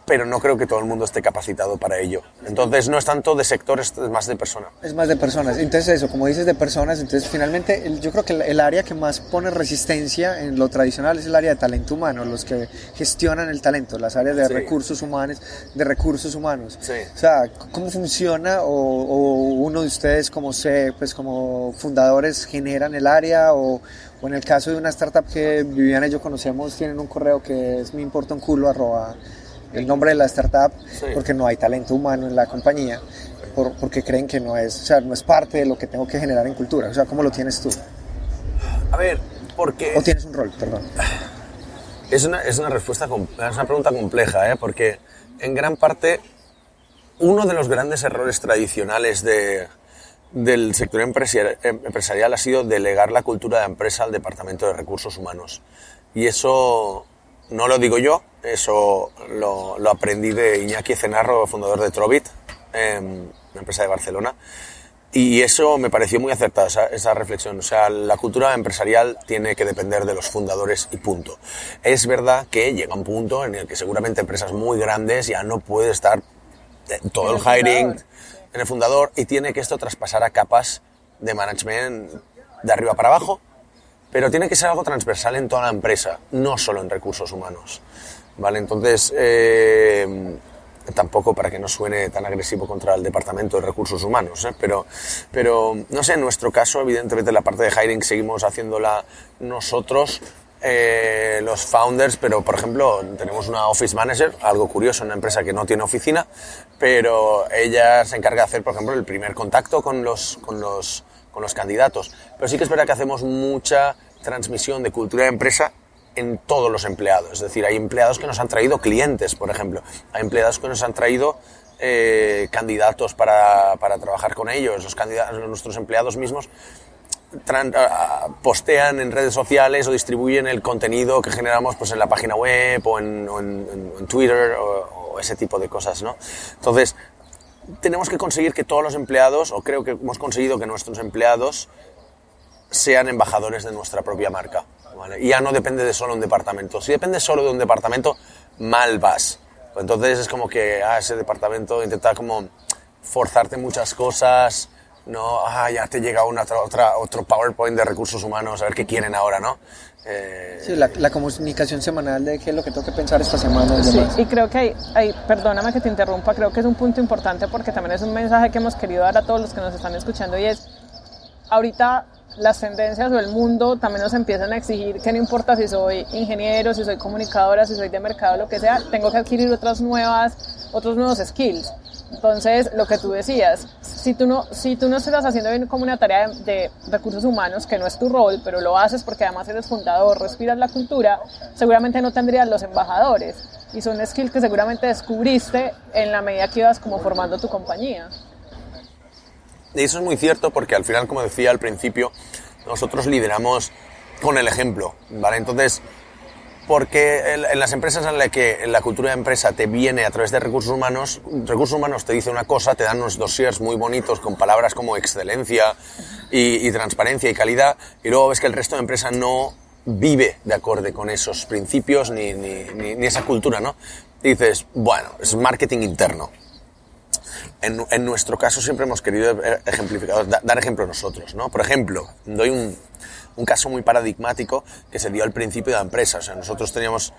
pero no creo que todo el mundo esté capacitado para ello. Entonces no es tanto de sector, es más de persona. Es más de personas. Entonces eso, como dices, de personas, entonces finalmente yo creo que el área que más pone resistencia en lo tradicional es el área de talento humano, los que gestionan el talento, las áreas de recursos humanos. Sí. O sea, ¿cómo funciona o uno de ustedes como fundadores generan el área o en el caso de una startup que Viviana y yo conocemos, tienen un correo que es meimportaunculo@ el nombre de la startup, porque no hay talento humano en la compañía, porque creen que no es parte de lo que tengo que generar en cultura. O sea, ¿cómo lo tienes tú? A ver, porque... ¿O tienes un rol? Perdón. Es una pregunta compleja, porque en gran parte uno de los grandes errores tradicionales del sector empresarial ha sido delegar la cultura de empresa al departamento de recursos humanos. Y eso no lo digo yo, eso lo aprendí de Iñaki Ezenarro, fundador de Trovit, una empresa de Barcelona, y eso me pareció muy acertada, esa reflexión. O sea, la cultura empresarial tiene que depender de los fundadores y punto. Es verdad que llega un punto en el que seguramente empresas muy grandes ya no puede estar todo el hiring en el fundador y tiene que esto traspasar a capas de management de arriba para abajo, pero tiene que ser algo transversal en toda la empresa, no solo en recursos humanos, ¿vale? Entonces, tampoco para que no suene tan agresivo contra el departamento de recursos humanos, pero no sé, en nuestro caso, evidentemente la parte de hiring seguimos haciéndola nosotros, los founders, pero por ejemplo tenemos una office manager, algo curioso, una empresa que no tiene oficina, pero ella se encarga de hacer, por ejemplo, el primer contacto con los candidatos. Pero sí que es verdad que hacemos mucha transmisión de cultura de empresa en todos los empleados. Es decir, hay empleados que nos han traído clientes, por ejemplo. Hay empleados que nos han traído candidatos para trabajar con ellos. Nuestros empleados mismos postean en redes sociales o distribuyen el contenido que generamos pues, en la página web o en Twitter o ese tipo de cosas, ¿no? Entonces, tenemos que conseguir que todos los empleados, o creo que hemos conseguido que nuestros empleados sean embajadores de nuestra propia marca, ¿vale? Y ya no depende de solo un departamento. Si depende solo de un departamento, mal vas. Entonces es como que ese departamento intenta como forzarte muchas cosas, no, ya te llega otro PowerPoint de recursos humanos, a ver qué quieren ahora, ¿no? Sí, la comunicación semanal de qué es lo que tengo que pensar esta semana. Sí, y creo que perdóname que te interrumpa, creo que es un punto importante porque también es un mensaje que hemos querido dar a todos los que nos están escuchando y es, ahorita las tendencias o el mundo también nos empiezan a exigir que no importa si soy ingeniero, si soy comunicadora, si soy de mercado, lo que sea, tengo que adquirir otros nuevos skills. Entonces, lo que tú decías, si tú no estás haciendo bien como una tarea de recursos humanos, que no es tu rol, pero lo haces porque además eres fundador, respiras la cultura, seguramente no tendrías los embajadores. Y son skills que seguramente descubriste en la medida que ibas como formando tu compañía. Y eso es muy cierto porque al final, como decía al principio, nosotros lideramos con el ejemplo, ¿vale? Entonces, porque en las empresas en las que la cultura de empresa te viene a través de recursos humanos te dice una cosa, te dan unos dossiers muy bonitos con palabras como excelencia y transparencia y calidad, y luego ves que el resto de empresa no vive de acorde con esos principios ni esa cultura, ¿no? Y dices, bueno, es marketing interno. En nuestro caso siempre hemos querido dar ejemplo nosotros, ¿no? Por ejemplo, doy un caso muy paradigmático que se dio al principio de la empresa. O sea, nosotros teníamos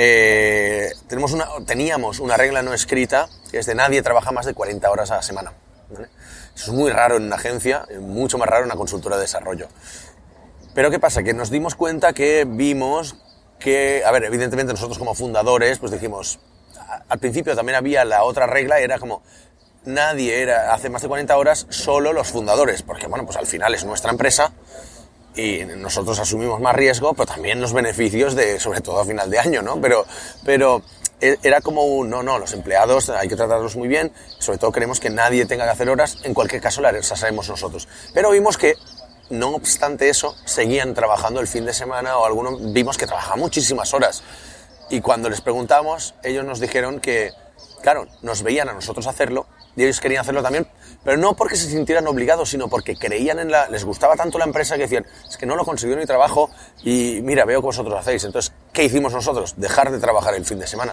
una regla no escrita que es de nadie trabaja más de 40 horas a la semana, ¿vale? Eso es muy raro en una agencia, mucho más raro en una consultora de desarrollo. Pero ¿qué pasa? Que nos dimos cuenta que vimos que, a ver, evidentemente nosotros como fundadores, pues dijimos, al principio también había la otra regla, era como nadie hace más de 40 horas, solo los fundadores, porque bueno, pues al final es nuestra empresa y nosotros asumimos más riesgo, pero también los beneficios sobre todo a final de año, ¿no? Pero era como no, los empleados hay que tratarlos muy bien, sobre todo queremos que nadie tenga que hacer horas, en cualquier caso las haremos nosotros. Pero vimos que, no obstante eso, seguían trabajando el fin de semana o algunos vimos que trabajaban muchísimas horas. Y cuando les preguntamos, ellos nos dijeron que, claro, nos veían a nosotros hacerlo y ellos querían hacerlo también, pero no porque se sintieran obligados, sino porque creían les gustaba tanto la empresa que decían, es que no lo consiguió mi trabajo y mira, veo que vosotros hacéis. Entonces, ¿qué hicimos nosotros? Dejar de trabajar el fin de semana.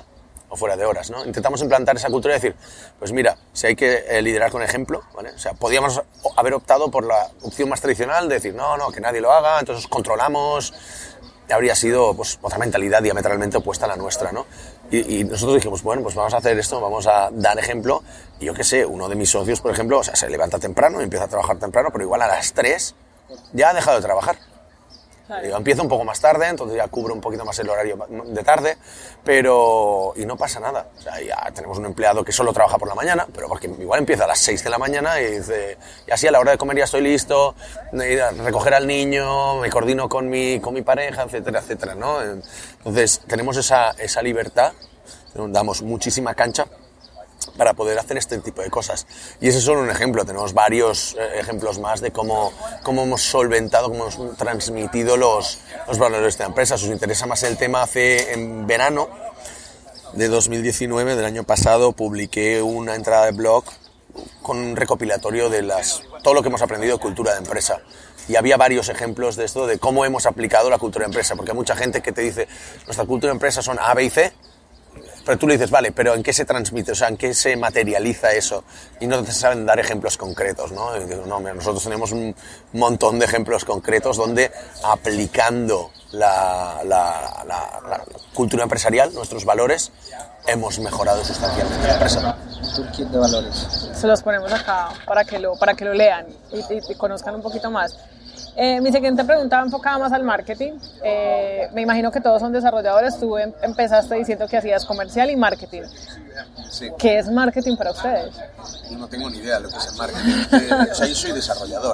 o fuera de horas, ¿no? Intentamos implantar esa cultura y decir, pues mira, si hay que liderar con ejemplo, ¿vale? O sea, podíamos haber optado por la opción más tradicional de decir, no, que nadie lo haga, entonces controlamos, habría sido pues otra mentalidad diametralmente opuesta a la nuestra, ¿no? Y nosotros dijimos, bueno, pues vamos a hacer esto, vamos a dar ejemplo. Y yo qué sé, uno de mis socios, por ejemplo, o sea, se levanta temprano y empieza a trabajar temprano, pero igual a las 3 ya ha dejado de trabajar. Yo empiezo un poco más tarde, entonces ya cubro un poquito más el horario de tarde, pero... y no pasa nada. O sea, ya tenemos un empleado que solo trabaja por la mañana, pero porque igual empieza a las 6 de la mañana y dice, y así a la hora de comer ya estoy listo, ir a recoger al niño, me coordino con mi pareja, etcétera, etcétera, ¿no? Entonces tenemos esa libertad, damos muchísima cancha para poder hacer este tipo de cosas. Y ese es solo un ejemplo, tenemos varios ejemplos más de cómo hemos solventado, cómo hemos transmitido los valores de la empresa. Si os interesa más el tema, en verano de 2019, del año pasado, publiqué una entrada de blog con un recopilatorio de todo lo que hemos aprendido de cultura de empresa. Y había varios ejemplos de esto, de cómo hemos aplicado la cultura de empresa, porque hay mucha gente que te dice, nuestra cultura de empresa son A, B y C, pero tú le dices, vale, pero ¿en qué se transmite? O sea, ¿en qué se materializa eso? Y no te saben dar ejemplos concretos, ¿no? Y digo, no, mira, nosotros tenemos un montón de ejemplos concretos donde aplicando la cultura empresarial, nuestros valores, hemos mejorado sustancialmente la empresa. Tu kit de valores. Se los ponemos acá para que lo lean y conozcan un poquito más. Mi siguiente pregunta va enfocada más al marketing. Me imagino que todos son desarrolladores. Tú empezaste diciendo que hacías comercial y marketing. Sí. ¿Qué es marketing para ustedes? No tengo ni idea de lo que es el marketing. O sea, yo soy desarrollador.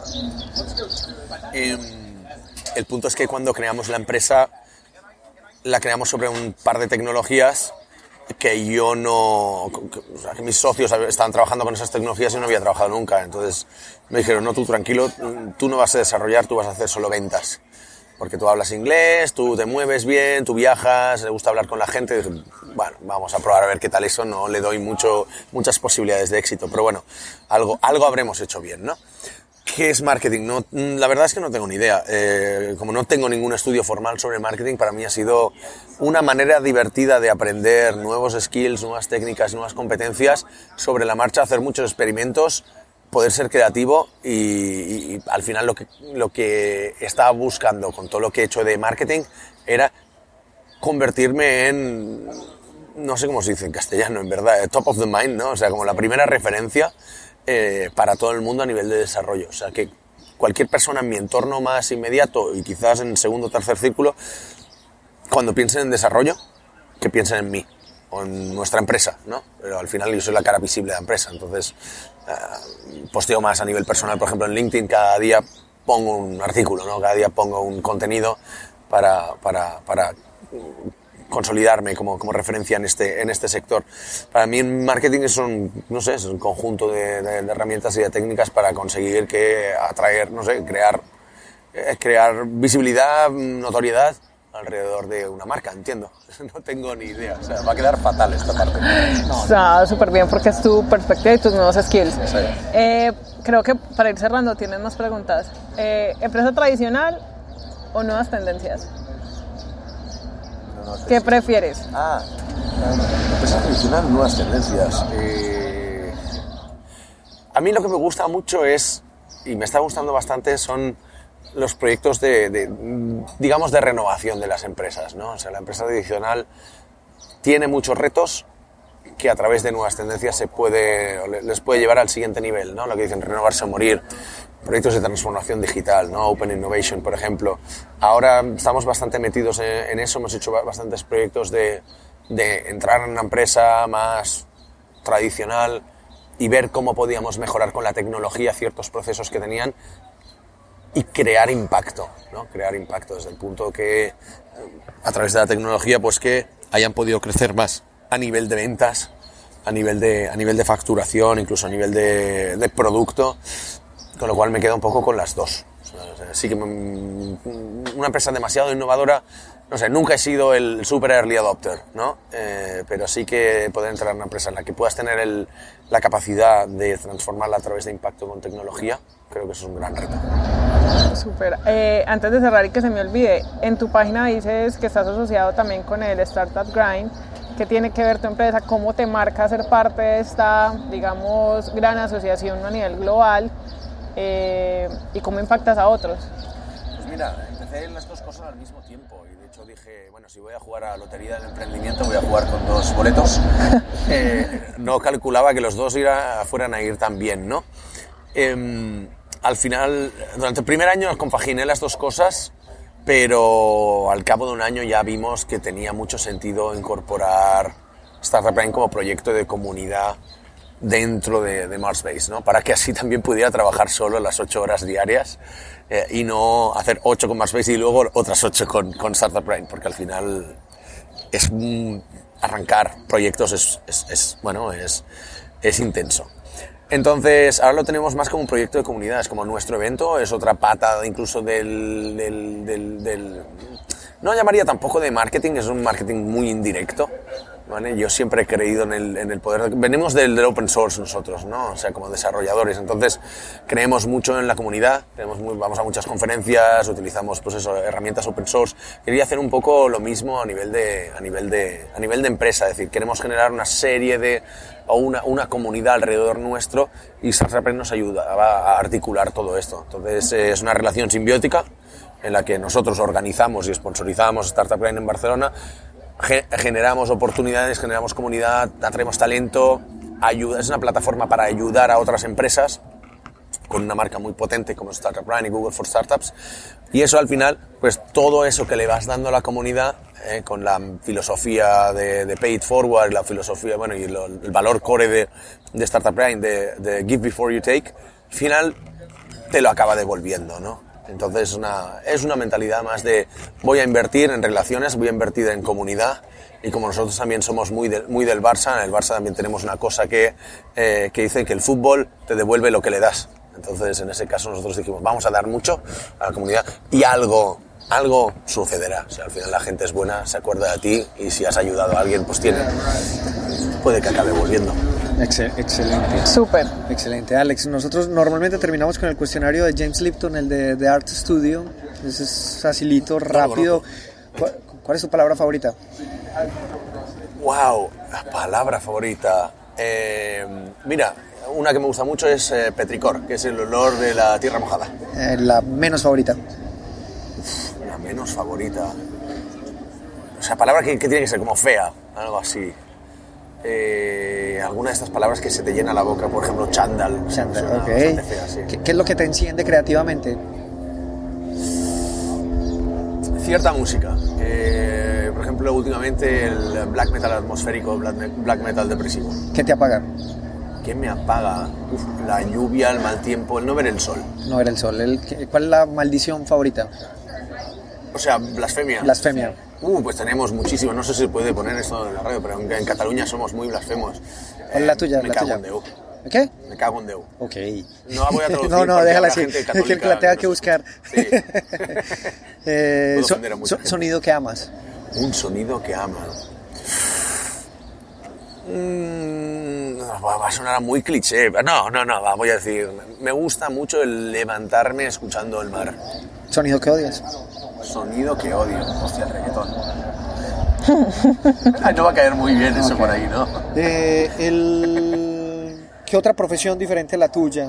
El punto es que cuando creamos la empresa, la creamos sobre un par de tecnologías que yo no... O sea, que mis socios estaban trabajando con esas tecnologías y no había trabajado nunca. Entonces me dijeron, no, tú tranquilo, tú no vas a desarrollar, tú vas a hacer solo ventas. Porque tú hablas inglés, tú te mueves bien, tú viajas, le gusta hablar con la gente. Y dije, bueno, vamos a probar a ver qué tal eso, no le doy muchas posibilidades de éxito. Pero bueno, algo habremos hecho bien, ¿no? ¿Qué es marketing? No, la verdad es que no tengo ni idea. Como no tengo ningún estudio formal sobre marketing, para mí ha sido una manera divertida de aprender nuevos skills, nuevas técnicas, nuevas competencias sobre la marcha, hacer muchos experimentos, poder ser creativo y al final lo que estaba buscando con todo lo que he hecho de marketing era convertirme en, no sé cómo se dice en castellano, en verdad, top of the mind, ¿no? O sea, como la primera referencia para todo el mundo a nivel de desarrollo. O sea, que cualquier persona en mi entorno más inmediato y quizás en segundo o tercer círculo, cuando piensen en desarrollo, que piensen en mí o en nuestra empresa, ¿no? Pero al final yo soy la cara visible de la empresa, entonces posteo más a nivel personal. Por ejemplo, en LinkedIn cada día pongo un artículo, ¿no? Cada día pongo un contenido para consolidarme como referencia en este sector. Para mí en marketing es un conjunto de herramientas y de técnicas para conseguir atraer, no sé, crear visibilidad, notoriedad alrededor de una marca, entiendo. No tengo ni idea, o sea, va a quedar fatal esta parte. Está súper bien porque es tu perspectiva y tus nuevos skills. Sí. Creo que para ir cerrando tienes más preguntas. ¿Empresa tradicional o nuevas tendencias? ¿Qué prefieres? Empresa tradicional, nuevas tendencias. A mí lo que me gusta mucho y me está gustando bastante, son los proyectos digamos, de renovación de las empresas, ¿no? O sea, la empresa tradicional tiene muchos retos que a través de nuevas tendencias les puede llevar al siguiente nivel, ¿no? Lo que dicen, renovarse o morir. Proyectos de transformación digital, ¿no? Open Innovation, por ejemplo. Ahora estamos bastante metidos en eso, hemos hecho bastantes proyectos de entrar en una empresa más tradicional y ver cómo podíamos mejorar con la tecnología ciertos procesos que tenían y crear impacto, ¿no? Crear impacto desde el punto que a través de la tecnología pues que hayan podido crecer más a nivel de ventas, a nivel de facturación, incluso a nivel de producto. Con lo cual me quedo un poco con las dos. O sea, sí que una empresa demasiado innovadora, no sé, nunca he sido el super early adopter, ¿no? Pero sí que poder entrar en una empresa en la que puedas tener la capacidad de transformarla a través de impacto con tecnología, creo que eso es un gran reto. Súper. Antes de cerrar y que se me olvide, en tu página dices que estás asociado también con el Startup Grind. ¿Qué tiene que ver tu empresa? ¿Cómo te marca ser parte de esta, digamos, gran asociación a nivel global? ¿Y cómo impactas a otros? Pues mira, empecé las dos cosas al mismo tiempo y de hecho dije, bueno, si voy a jugar a la Lotería del Emprendimiento voy a jugar con 2 boletos. No calculaba que los dos fueran a ir tan bien, ¿no? Al final, durante el primer año compaginé las dos cosas, pero al cabo de un año ya vimos que tenía mucho sentido incorporar Startup Grind como proyecto de comunidad dentro de Marsbase, ¿no? Para que así también pudiera trabajar solo las 8 horas diarias y no hacer 8 con Marsbase y luego otras 8 con Startup Grind, porque al final arrancar proyectos es intenso. Entonces, ahora lo tenemos más como un proyecto de comunidad, es como nuestro evento, es otra pata incluso no llamaría tampoco de marketing, es un marketing muy indirecto, ¿vale? Yo siempre he creído en el poder, venimos del open source nosotros, ¿no? O sea, como desarrolladores, entonces creemos mucho en la comunidad, vamos a muchas conferencias, utilizamos pues eso, herramientas open source. Quería hacer un poco lo mismo a nivel de empresa, es decir, queremos generar una serie o una comunidad alrededor nuestro y Startup nos ayudaba a articular todo esto. Entonces es una relación simbiótica en la que nosotros organizamos y sponsorizamos Startup Grind en Barcelona, generamos oportunidades, generamos comunidad, atraemos talento, es una plataforma para ayudar a otras empresas con una marca muy potente como Startup Grind y Google for Startups, y eso al final, pues todo eso que le vas dando a la comunidad con la filosofía de Pay It Forward, la filosofía, bueno, y el valor core de Startup Grind, de Give Before You Take, al final te lo acaba devolviendo, ¿no? Entonces es una mentalidad más de voy a invertir en relaciones, voy a invertir en comunidad, y como nosotros también somos muy del Barça, en el Barça también tenemos una cosa que dice que el fútbol te devuelve lo que le das. Entonces en ese caso nosotros dijimos vamos a dar mucho a la comunidad y algo sucederá. O sea, al final la gente es buena, se acuerda de ti y si has ayudado a alguien pues puede que acabe volviendo. Excelente. Súper. Excelente, Alex. Nosotros normalmente terminamos con el cuestionario de James Lipton, el de Art Studio. Entonces es facilito, rápido. ¿Cuál es tu palabra favorita? Wow, la palabra favorita. Mira, una que me gusta mucho es petricor, que es el olor de la tierra mojada. La menos favorita. La menos favorita. O sea, palabra que tiene que ser como fea, algo así. Alguna de estas palabras que se te llena la boca, por ejemplo, chándal. Chándal, ok. Fea, sí. ¿Qué es lo que te enciende creativamente? Cierta música. Por ejemplo, últimamente el black metal atmosférico, black metal depresivo. ¿Qué te apaga? ¿Qué me apaga? La lluvia, el mal tiempo, el no ver el sol. No ver el sol. ¿Cuál es la maldición favorita? O sea, blasfemia. Blasfemia. Pues tenemos muchísimo. No sé si se puede poner esto en la radio, pero en Cataluña somos muy blasfemos. ¿Cuál es la tuya? Me cago en Déu. ¿Qué? Me cago en Déu. Ok. No la voy a traducir. No, déjala así. Es que la tenga que buscar. Sí. Sonido que amas. Un sonido que ama. Va a sonar muy cliché. No, voy a decir. Me gusta mucho el levantarme escuchando el mar. ¿Sonido que odias? Sonido que odio. Hostia, el reggaetón. No va a caer muy bien eso por ahí, ¿no? ¿Qué otra profesión diferente a la tuya?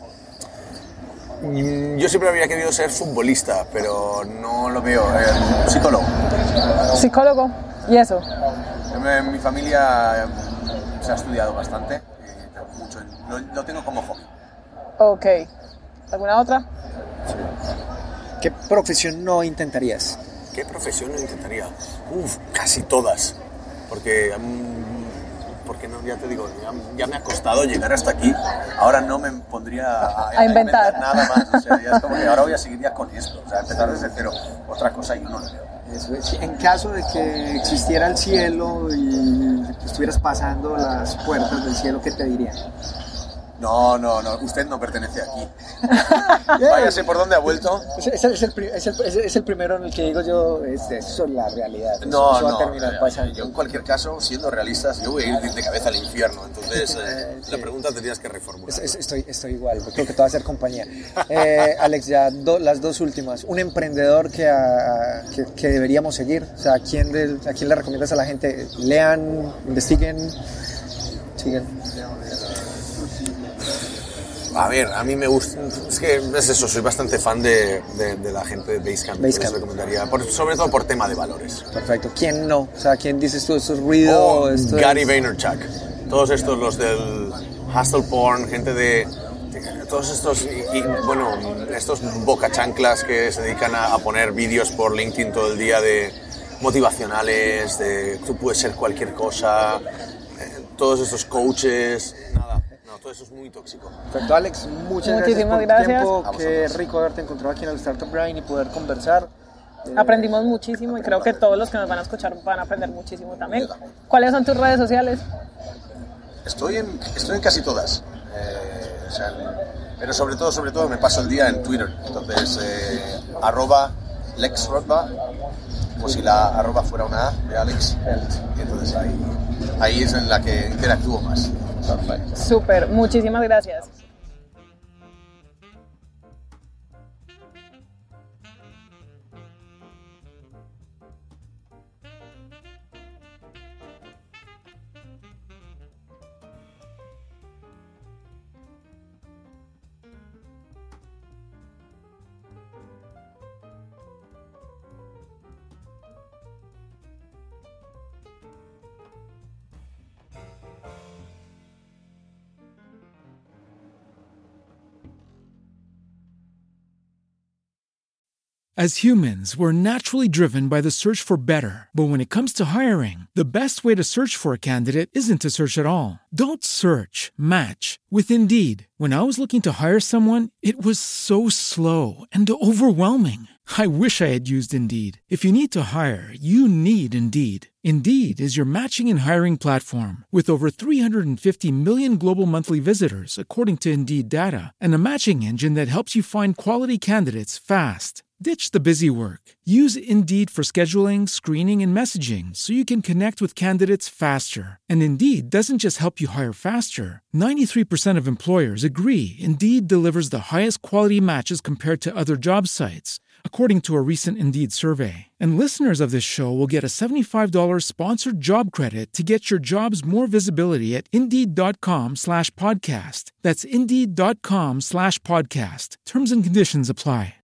Yo siempre había querido ser futbolista, pero no lo veo. Psicólogo. ¿Psicólogo? ¿Y eso? En mi familia se ha estudiado bastante. Lo tengo como hobby. Ok. ¿Alguna otra? Sí. ¿Qué profesión no intentarías? ¿Qué profesión no intentaría? Casi todas. Porque no, ya te digo, ya me ha costado llegar hasta aquí. Ahora no me pondría a inventar nada más. O sea, ya es como que ahora voy a seguir ya con esto. O sea, empezar desde cero. Otra cosa yo no la veo. Eso es. En caso de que existiera el cielo y estuvieras pasando las puertas del cielo, ¿qué te dirían? No, usted no pertenece aquí. Váyase por dónde ha vuelto. Es el primero en el que digo yo, eso es la realidad. Eso va a terminar pasando. Yo en cualquier caso, siendo realistas, yo voy a ir de cabeza al infierno. Entonces, sí. La pregunta tendrías que reformular. Estoy igual, creo que te va a hacer compañía. Alex, ya las dos últimas. Un emprendedor que deberíamos seguir. O sea, ¿a quién le recomiendas a la gente? Lean, investiguen, sigan. A ver, a mí me gusta, es que es eso, soy bastante fan de la gente de Basecamp. Les recomendaría, sobre todo por tema de valores. Perfecto. ¿Quién no? O sea, ¿quién dices tú, esto es ruido? Gary Vaynerchuk. Todos estos, los del hustle porn, gente de todos estos, y bueno, estos bocachanclas que se dedican a poner vídeos por LinkedIn todo el día de motivacionales, de tú puedes ser cualquier cosa, todos estos coaches, nada. Todo eso es muy tóxico. Perfecto, Alex, muchísimas gracias por tu tiempo. Qué rico haberte encontrado aquí en el Startup Grind y poder conversar. Aprendimos muchísimo y creo que todos los que nos van a escuchar van a aprender muchísimo también. ¿Cuáles son tus redes sociales? Estoy en casi todas. Pero sobre todo me paso el día en Twitter. Entonces, @LexRodba, como si la arroba fuera una A de Alex. Y entonces ahí es en la que interactúo más. Perfecto. Súper, muchísimas gracias. As humans, we're naturally driven by the search for better. But when it comes to hiring, the best way to search for a candidate isn't to search at all. Don't search, match with Indeed. When I was looking to hire someone, it was so slow and overwhelming. I wish I had used Indeed. If you need to hire, you need Indeed. Indeed is your matching and hiring platform with over 350 million global monthly visitors, according to Indeed data, and a matching engine that helps you find quality candidates fast. Ditch the busy work. Use Indeed for scheduling, screening, and messaging so you can connect with candidates faster. And Indeed doesn't just help you hire faster. 93% of employers agree Indeed delivers the highest quality matches compared to other job sites, according to a recent Indeed survey. And listeners of this show will get a $75 sponsored job credit to get your jobs more visibility at Indeed.com/podcast. That's Indeed.com/podcast. Terms and conditions apply.